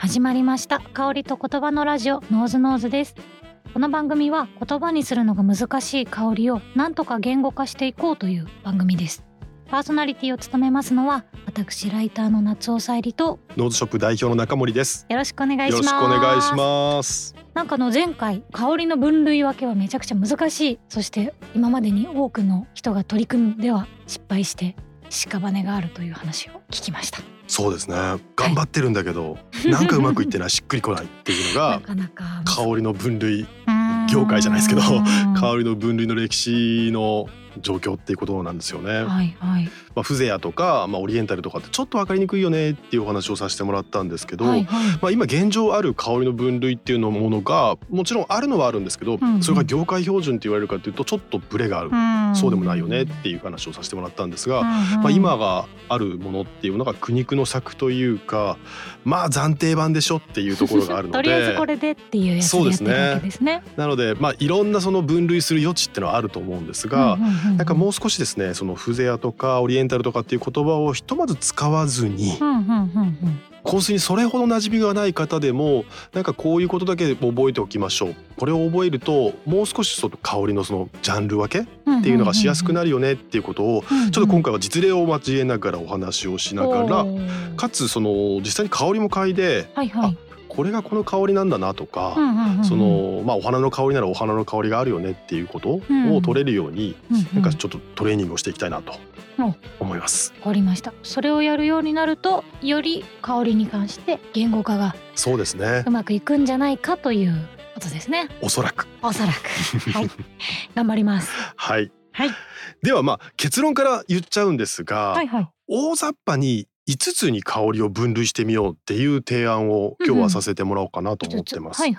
始まりました。香りと言葉のラジオ、ノーズノーズです。この番組は言葉にするのが難しい香りをなんとか言語化していこうという番組です。パーソナリティを務めますのは私ライターの夏尾さゆりとノーズショップ代表の中森です。 よろしくお願いします。 よろしくお願いします。 なんか前回香りの分類分けはめちゃくちゃ難しい、そして今までに多くの人が取り組んでは失敗して屍があるという話を聞きました。 そうですね、頑張ってるんだけど、なんかうまくいってないしっくりこないっていうのがなかなか香りの分類業界じゃないですけど香りの分類の歴史の状況っていうことなんですよね。 はいはい。 フゼアとか、オリエンタルとかってちょっと分かりにくいよねっていうお話をさせてもらったんですけど、 はいはい。 今現状ある香りの分類っていうのものがもちろんあるのはあるんですけど、 うんうんそれが業界標準って言われるかというとちょっとブレがある、そうでもないよねっていう話をさせてもらったんですが、今があるものっていうのが苦肉の策というか、暫定版でしょっていうところがあるのでとりあえずこれでっていうやつでやってるわけですね。 なので、いろんなその分類する余地ってのはあると思うんですが、なんかもう少しですね、そのフゼアとかオリエンタルとかっていう言葉をひとまず使わずに、香水にそれほど馴染みがない方でもなんかこういうことだけ覚えておきましょう、これを覚えるともう少しその香りのそのジャンル分けっていうのがしやすくなるよねっていうことをちょっと今回は実例を交えながらお話をしながら、かつその実際に香りも嗅いで、これがこの香りなんだなとか、そのお花の香りならお花の香りがあるよねっていうことを取れるように、なんかちょっとトレーニングをしていきたいなと思います。 わかりました。それをやるようになるとより香りに関して言語化がそうですね、 うまくいくんじゃないかということですね。 おそらくはい頑張ります。 はい、 はい、 では結論から言っちゃうんですが、大雑把に5つに香りを分類してみようっていう提案を今日はさせてもらおうかなと思ってます。で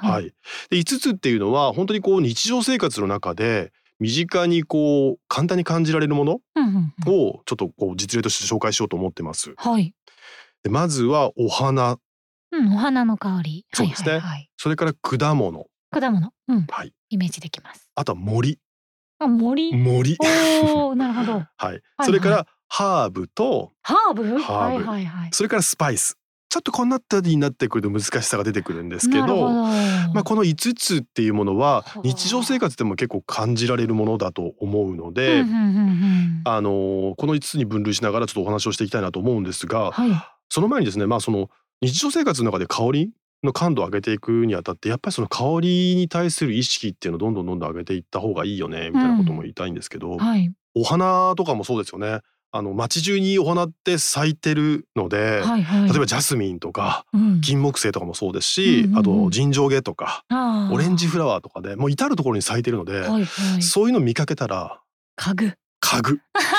5つっていうのは本当にこう日常生活の中で身近にこう簡単に感じられるものをちょっとこう実例として紹介しようと思ってます。でまずはお花、 お花の香り、 そうですね、それから果物、 イメージできます。 あとは森、 おー、なるほど。 それからハーブとそれからスパイス。ちょっとこんなったりになってくると難しさが出てくるんですけど、この5つっていうものは日常生活でも結構感じられるものだと思うので、この5つに分類しながらちょっとお話をしていきたいなと思うんですが、その前にですね、その日常生活の中で香りの感度を上げていくにあたってやっぱりその香りに対する意識っていうのをどんどん上げていった方がいいよねみたいなことも言いたいんですけど、お花とかもそうですよね。街中にお花って咲いてるので、例えばジャスミンとか、金木犀とかもそうですし、あとジンジョウゲとかオレンジフラワーとかでもう至る所に咲いてるので、そういうの見かけたら嗅ぐ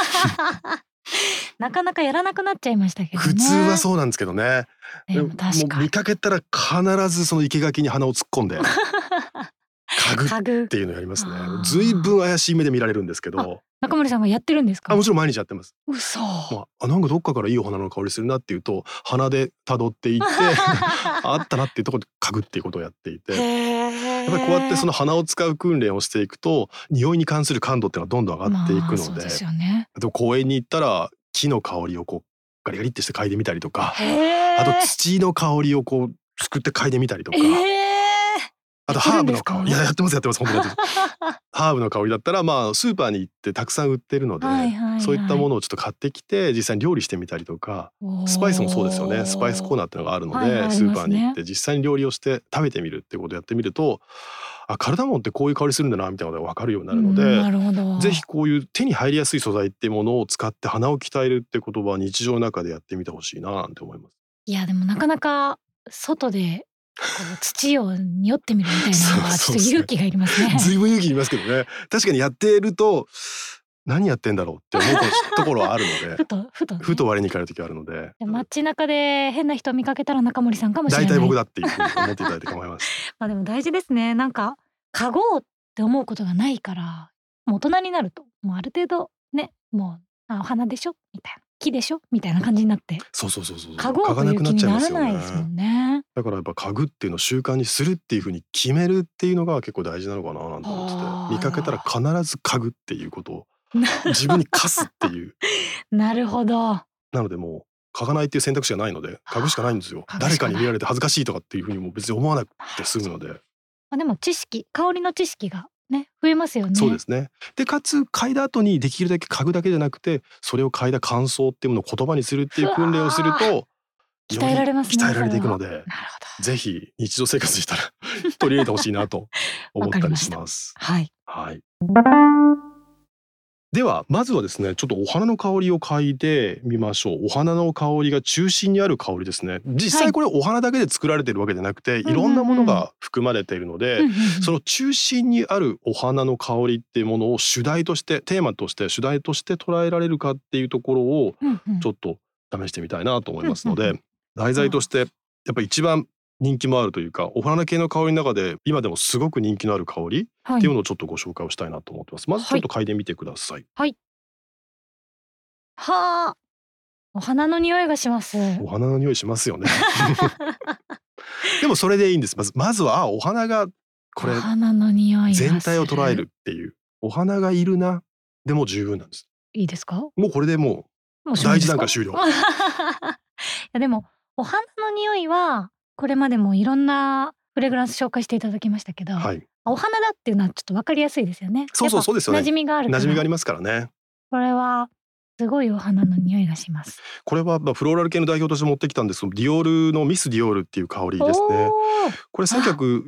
なかなかやらなくなっちゃいましたけどね。 普通はそうなんですけどね。 でも確かにもう見かけたら必ずその生垣に鼻を突っ込んで嗅ぐっていうのをやりますね。ずいぶん怪しい目で見られるんですけど。 中森さんがやってるんですか？ もちろん毎日やってます。 嘘。 なんかどっかからいいお花の香りするなっていうと鼻で辿っていってあったなっていうところで嗅ぐっていうことをやっていて、やっぱりこうやってその鼻を使う訓練をしていくと匂いに関する感度っていうのはどんどん上がっていくので、あと公園に行ったら木の香りをこうガリガリってして嗅いでみたりとか、あと土の香りをこうすくって嗅いでみたりとか、あとハーブの香り、やってます本当にハーブの香りだったらスーパーに行ってたくさん売ってるので、そういったものをちょっと買ってきて実際に料理してみたりとか、スパイスもそうですよね。スパイスコーナーっていうのがあるので、スーパーに行って実際に料理をして食べてみるっていうことをやってみると、カルダモンってこういう香りするんだなみたいなことが分かるようになるので、ぜひこういう手に入りやすい素材っていうものを使って鼻を鍛えるって言葉は日常の中でやってみてほしいななんて思います。 いやでもなかなか外でこう土を匂ってみるみたいなのはちょっと勇気がいりますね。 ずいぶん勇気いりますけどね。確かにやっていると何やってんだろうって思うところはあるのでふと我に返る時はあるので、 街中で変な人を見かけたら中森さんかもしれない。 大体僕だっていうふうに思っていただいて構います。 でも大事ですね。なんか嗅ごうって思うことがないから、もう大人になるともうある程度ね、もうお花でしょみたいな、木でしょみたいな感じになって、嗅ごうという気にならないですもんね。 だからやっぱ嗅ぐっていうのを習慣にするっていう風に決めるっていうのが結構大事なのかななんて思ってて、見かけたら必ず嗅ぐっていうことを自分に課すっていうなるほど。 なのでもう嗅がないっていう選択肢がないので嗅ぐしかないんですよ。誰かに見られて恥ずかしいとかっていうふうにも別に思わなくて済むので。 でも香りの知識がね増えますよね。 そうですね。でかつ嗅いだ後にできるだけ嗅ぐだけじゃなくてそれを嗅いだ感想っていうものを言葉にするっていう訓練をすると鍛えられますね。 鍛えられていくので、ぜひ日常生活にしたら取り入れてほしいなと思ったりします。 はい。 はい。ではまずはですねちょっとお花の香りを嗅いでみましょう。お花の香りが中心にある香りですね。実際これお花だけで作られているわけじゃなくて、いろんなものが含まれているので、その中心にあるお花の香りっていうものを主題としてテーマとして主題として捉えられるかっていうところをちょっと試してみたいなと思いますので、題材としてやっぱり一番人気もあるというかお花系の香りの中で今でもすごく人気のある香りっていうのをちょっとご紹介をしたいなと思ってます。まずちょっと嗅いでみてください。 はい。はあ、お花の匂いがします。 お花の匂いしますよね。でもそれでいいんです。まずはお花がこれお花の匂い全体を捉えるっていうお花がいるなでも十分なんです。 いいですか？ もうこれでもう第一段階終了。 でもお花の匂いはこれまでもいろんなフレグランス紹介していただきましたけど、 はい、 お花だっていうのはちょっと分かりやすいですよね。 そうですよね。 馴染みがあるから。 馴染みがありますからね。 これはすごいお花の匂いがします。 これはフローラル系の代表として持ってきたんですけど、ディオールのミスディオールっていう香りですね。これ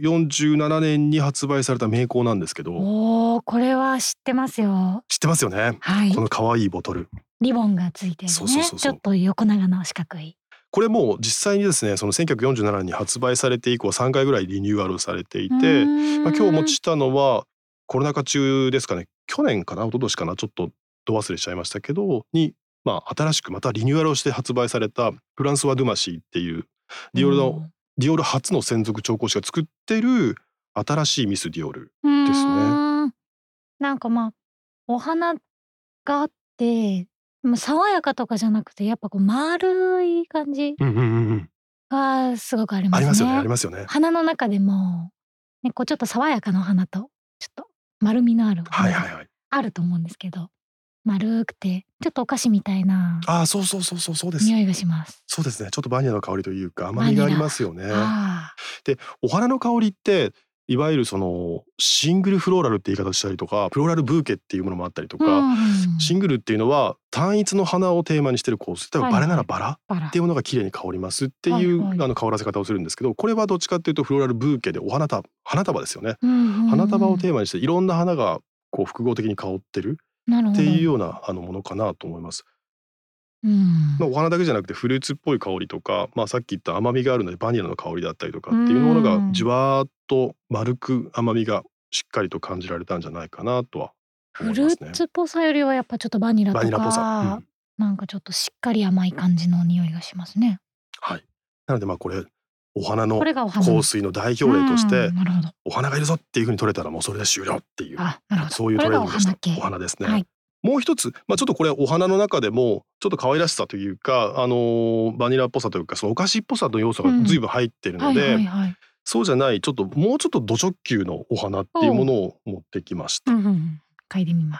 1947年に発売された名香なんですけど。 おー、これは知ってますよ。 知ってますよね。はい、この可愛いボトル。 リボンがついてるね。ちょっと横長の四角い。これも実際にですねその1947年に発売されて以降3回ぐらいリニューアルされていて、今日お持ちしたのはコロナ禍中ですかね、去年かな一昨年かなちょっとど忘れしちゃいましたけどに、新しくまたリニューアルをして発売されたフランソワ・ドゥマシーっていうディオール初の専属調香師が作ってる新しいミスディオールですね。 なんかお花があって爽やかとかじゃなくてやっぱこう丸い感じがすごくありますね。 ありますよね。 花の中でも、ね、こうちょっと爽やかなお花とちょっと丸みのあるお花があると思うんですけど、丸くてちょっとお菓子みたいなそうです。 匂いがします。 そうですね。ちょっとバニラの香りというか甘みがありますよね。でお花の香りっていわゆるそのシングルフローラルって言い方したりとかフローラルブーケっていうものもあったりとか、シングルっていうのは単一の花をテーマにしてる香水、例えばバラならバラっていうものが綺麗に香りますっていう香らせ方をするんですけど、これはどっちかっていうとフローラルブーケで花束ですよね。花束をテーマにしていろんな花がこう複合的に香ってるっていうようなものかなと思います。お花だけじゃなくてフルーツっぽい香りとか、さっき言った甘みがあるのでバニラの香りだったりとかっていうものがじわーっと丸く甘みがしっかりと感じられたんじゃないかなとは思いますね。 フルーツっぽさよりはやっぱちょっとバニラとか、なんかちょっとしっかり甘い感じの匂いがしますね。 はい。なのでこれお花の香水の代表例としてお花がいるぞっていう風に取れたらもうそれで終了っていう、そういうトレーニングをしたお花ですね。もう一つ、ちょっとこれお花の中でもちょっと可愛らしさというか、バニラっぽさというかそのお菓子っぽさの要素が随分入ってるので、そうじゃないちょっともうちょっとド直球のお花っていうものを持ってきました。 嗅いでみます。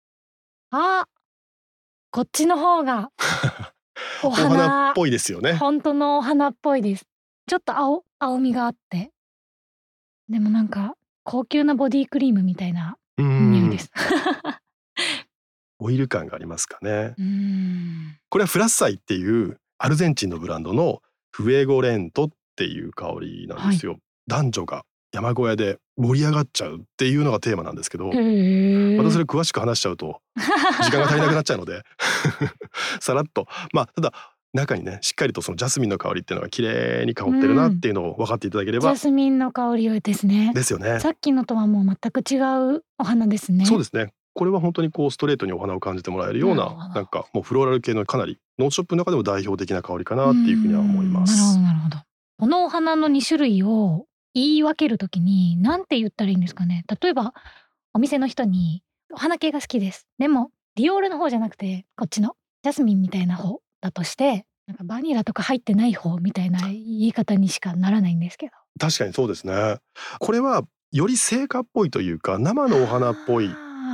こっちの方がお花っぽいですよね。 本当のお花っぽいです。ちょっと青みがあって、でもなんか高級なボディクリームみたいな匂いです。 オイル感がありますかね。これはフラッサイっていうアルゼンチンのブランドのフエゴレントっていう香りなんですよ。男女が山小屋で盛り上がっちゃうっていうのがテーマなんですけど、またそれ詳しく話しちゃうと時間が足りなくなっちゃうのでさらっとただ中にねしっかりとそのジャスミンの香りっていうのが綺麗に香ってるなっていうのを分かっていただければ。 ジャスミンの香りですね。 ですよね。 さっきのとはもう全く違うお花ですね。 そうですね。これは本当にこうストレートにお花を感じてもらえるような、なんかもうフローラル系のかなりノートショップの中でも代表的な香りかなっていうふうには思います。 なるほど。このお花の2種類を言い分けるときに何て言ったらいいんですかね。例えばお店の人にお花系が好きです。でもディオールの方じゃなくてこっちのジャスミンみたいな方だとして、なんかバニラとか入ってない方みたいな言い方にしかならないんですけど。 確かにそうですね。これはより生花っぽいというか生のお花っぽい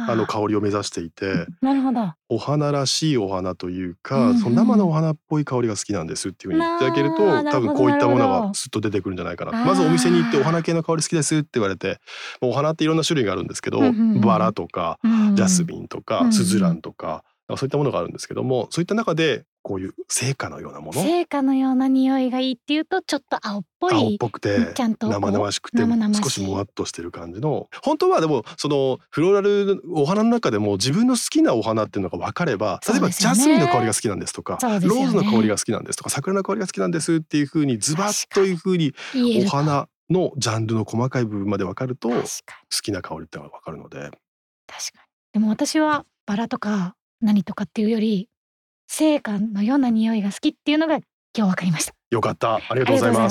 香りを目指していて、 なるほど。 お花らしいお花というか、その生のお花っぽい香りが好きなんですっていうふうに言っていただけると、多分こういったものがスッと出てくるんじゃないかな。まずお店に行ってお花系の香り好きですって言われて、お花っていろんな種類があるんですけど、バラとかジャスミンとかスズランとか、そういったものがあるんですけども、そういった中でこういう聖火のようなもの、 聖火のような匂いがいいっていうと、ちょっと青っぽい、 青っぽくてちゃんと生々しくて少しもわっとしてる感じの、本当はでもそのフローラルお花の中でも自分の好きなお花っていうのが分かれば、例えばジャスミンの香りが好きなんですとか、ローズの香りが好きなんですとか、桜の香りが好きなんですっていう風にズバッという風にお花のジャンルの細かい部分まで分かると、好きな香りってのが分かるので。 確かに。でも私はバラとか何とかっていうより、聖火のような匂いが好きっていうのが今日分かりました。 よかった、ありがとうございます。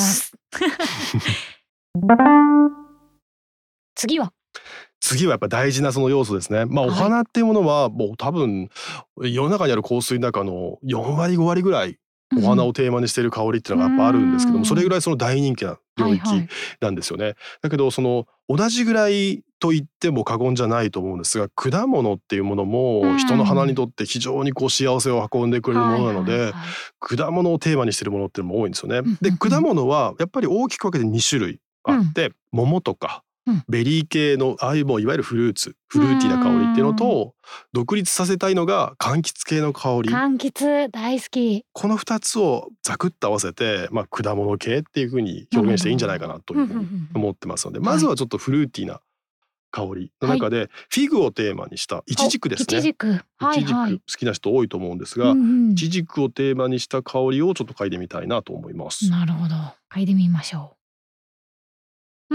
次はやっぱ大事なその要素ですね。お花っていうものはもう多分世の中にある香水の中の4割5割ぐらいお花をテーマにしている香りっていうのがやっぱあるんですけども、それぐらいその大人気な領域なんですよね。だけどその同じぐらいと言っても過言じゃないと思うんですが、果物っていうものも人の鼻にとって非常にこう幸せを運んでくれるものなので、果物をテーマにしているものっていうのも多いんですよね。で、果物はやっぱり大きく分けて2種類あって、桃とかベリー系のああいうもういわゆるフルーティーな香りっていうのと、独立させたいのが柑橘系の香り。 柑橘大好き。 この2つをザクッと合わせて、果物系っていう風に表現していいんじゃないかなというふうに思ってますので、まずはちょっとフルーティーな香りの中でフィグをテーマにしたイチジクですね。イチジク好きな人多いと思うんですが、イチジクをテーマにした香りをちょっと嗅いでみたいなと思います。 なるほど、嗅いでみましょう。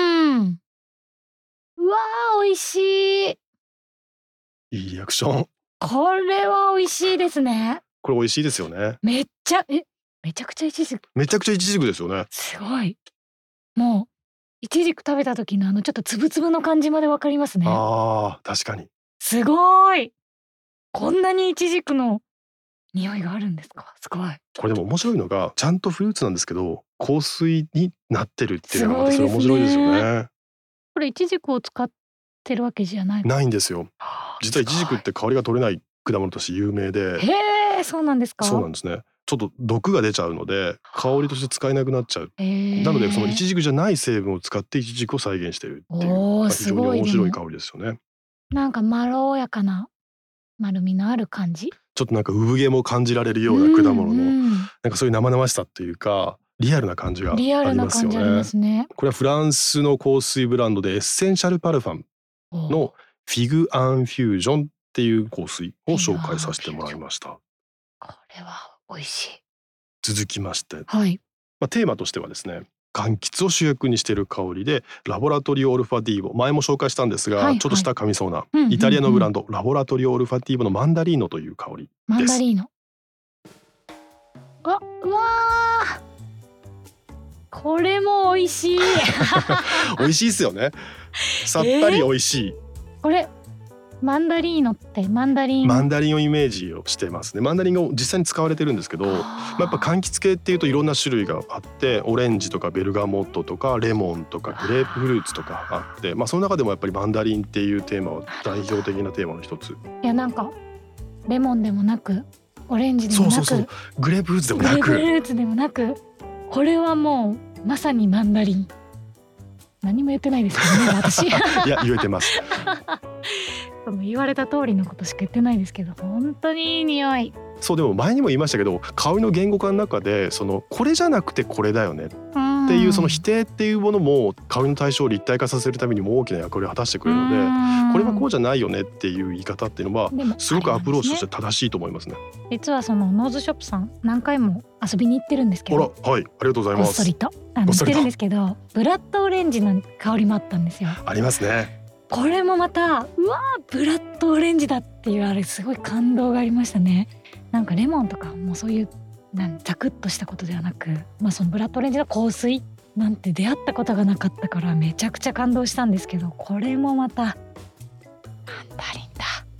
うわー、美味しい。 いいリアクション。 これは美味しいですね。 これ美味しいですよね。 めちゃくちゃイチジク。 めちゃくちゃイチジクですよね。 すごい。もうイチジク食べた時のちょっとつぶつぶの感じまでわかりますね。 ああ、確かに。 すごい。こんなにイチジクの匂いがあるんですか。すごい。 これでも面白いのが、ちゃんとフルーツなんですけど香水になってるっていうのがまたそれ面白いですよね。 これイチジクを使ってるわけじゃないんですよ。実はイチジクって香りが取れない果物として有名で。 へえ、そうなんですか。 そうなんですね。ちょっと毒が出ちゃうので香りとして使えなくなっちゃう。なのでそのイチジクじゃない成分を使ってイチジクを再現しているっていう、非常に面白い香りですよね。 なんかまろやかな丸みのある感じ。 ちょっとなんか産毛も感じられるような果物のなんかそういう生々しさっていうかリアルな感じがありますよね。これはフランスの香水ブランドでエッセンシャルパルファンのフィグアンフュージョンっていう香水を紹介させてもらいました。 これは美味しい。 続きまして、テーマとしてはですね、柑橘を主役にしている香りでラボラトリオオルファティーボ、前も紹介したんですが、ちょっとした噛みそうなイタリアのブランド、ラボラトリオオルファティーボのマンダリーノという香りです。 マンダリーノ。うわー、これも美味しい。 美味しいですよね。さっぱり美味しい。 これマンダリーノってマンダリンをイメージをしてますね。マンダリンが実際に使われてるんですけど、やっぱ柑橘系っていうといろんな種類があって、オレンジとかベルガモットとかレモンとかグレープフルーツとかあって、その中でもやっぱりマンダリンっていうテーマは代表的なテーマの一つ。 いや、なんかレモンでもなくオレンジでもなくグレープフルーツでもなく、 グレープフルーツでもなく、これはもうまさにマンダリン。何も言ってないですけどね、私。いや、言えてます。 言われた通りのことしか言ってないですけど、本当にいい匂い。 そう、でも前にも言いましたけど、香りの言語化の中でこれじゃなくてこれだよねっていうその否定っていうものも香りの対象を立体化させるためにも大きな役割を果たしてくれるので、これはこうじゃないよねっていう言い方っていうのはすごくアプローチとして正しいと思いますね。 実はそのノーズショップさん何回も遊びに行ってるんですけど、 はい、ありがとうございます。 こっそりと行ってるんですけど、ブラッドオレンジの香りもあったんですよ。 ありますね。 これもまたうわー、ブラッドオレンジだっていう、あれすごい感動がありましたね。なんかレモンとかもそういうザクッとしたことではなく、そのブラッドオレンジの香水なんて出会ったことがなかったからめちゃくちゃ感動したんですけど、これもまたマンダリンだ。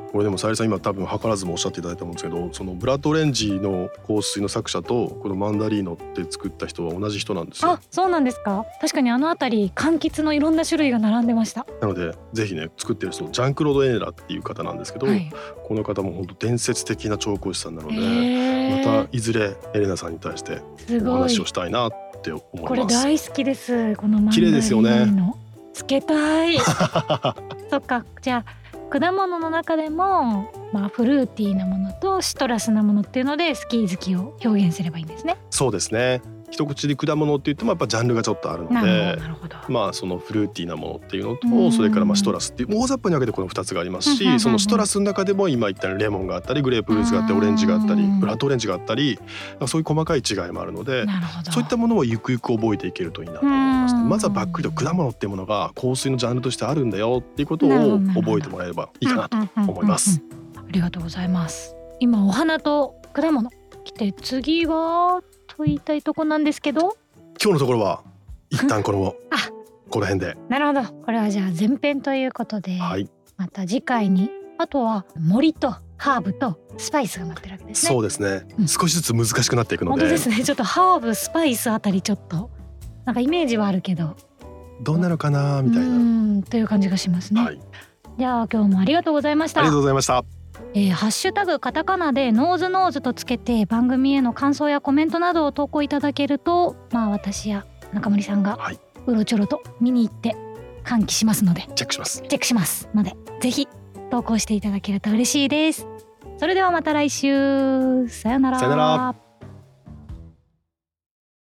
これでもさゆりさん今多分図らずもおっしゃっていただいたと思うんですけど、そのブラッドオレンジの香水の作者とこのマンダリーノって作った人は同じ人なんですよ。 あ、そうなんですか。確かにあのあたり柑橘のいろんな種類が並んでました。 なのでぜひね、作ってる人ジャンクロード・エネラっていう方なんですけど、はい、この方も本当伝説的な調香師さんなので、またいずれエレナさんに対してお話をしたいなって思います。 これ大好きです。このマンダリーノ綺麗ですよね。 つけたいそっか、じゃあ果物の中でも、フルーティーなものとシトラスなものっていうのでスキー好きを表現すればいいんですね。 そうですね。一口で果物って言ってもやっぱジャンルがちょっとあるので、そのフルーティーなものっていうのと、それからシトラスっていう大雑把に分けてこの2つがありますし、そのシトラスの中でも今言ったようにレモンがあったり、グレープフルーツがあったり、オレンジがあったり、ブラッドオレンジがあったり、そういう細かい違いもあるので、そういったものをゆくゆく覚えていけるといいなと思いますね。まずはばっくりと果物っていうものが香水のジャンルとしてあるんだよっていうことを覚えてもらえればいいかなと思います。 ありがとうございます。今お花と果物来て、次はと言いたいとこなんですけど、 今日のところは一旦この辺で。 なるほど。これはじゃあ前編ということで、 はい、 また次回に。あとは森とハーブとスパイスが待ってるわけですね。 そうですね、少しずつ難しくなっていくので。 本当ですね。ちょっとハーブスパイスあたりちょっとなんかイメージはあるけどどうなのかなみたいなという感じがしますね。 はい、 じゃあ今日もありがとうございました。 ありがとうございました。 ハッシュタグカタカナでノーズノーズとつけて番組への感想やコメントなどを投稿いただけると、私や中森さんがうろちょろと見に行って喚起しますので、 チェックしますので、ぜひ投稿していただけると嬉しいです。それではまた来週。さよなら。